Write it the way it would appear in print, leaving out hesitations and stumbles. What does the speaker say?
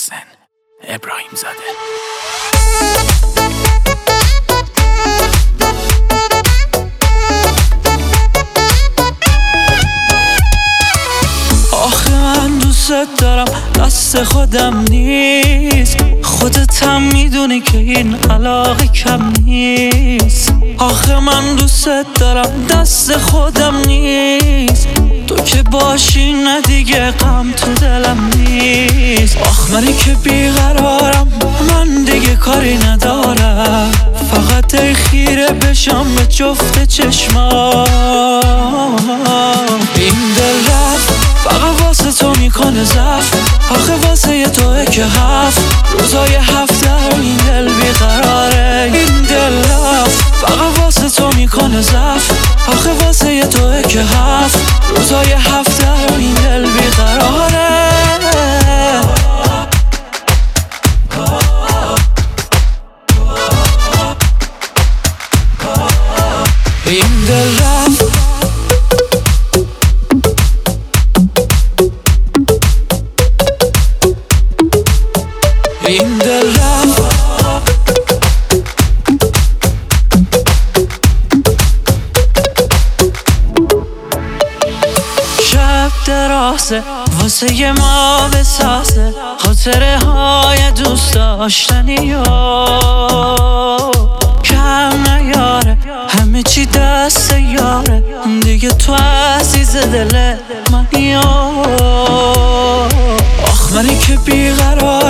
محسن ابراهیم زاده. آخه من دوست دارم دست خودم نیست، خودت هم میدونی که این علاقه کم نیست. آخه من دوست دارم دست خودم نیست، تو که باشی نه دیگه غم تو دلم نیست. آخ منی که بیقرارم، من دیگه کاری ندارم، فقط ای خیره بشم به جفت چشمام. این دل رفت فقط واسه تو میکنه زفت، آخه واسه یه توه که هفت روزای هفته این دل بیقراره. این دل رفت فقط واسه تو میکنه زفت، آخه واسه یه توه که هفت روزای هفته این دل بیقراره. این دل رفت این دل رفت شب درازه واسه یه ما بسازه، خاطره های دوست داشتنی کم نیاره، همه چی دست یاره دیگه، تو عزیز دل منی. آخ منی که بیقرار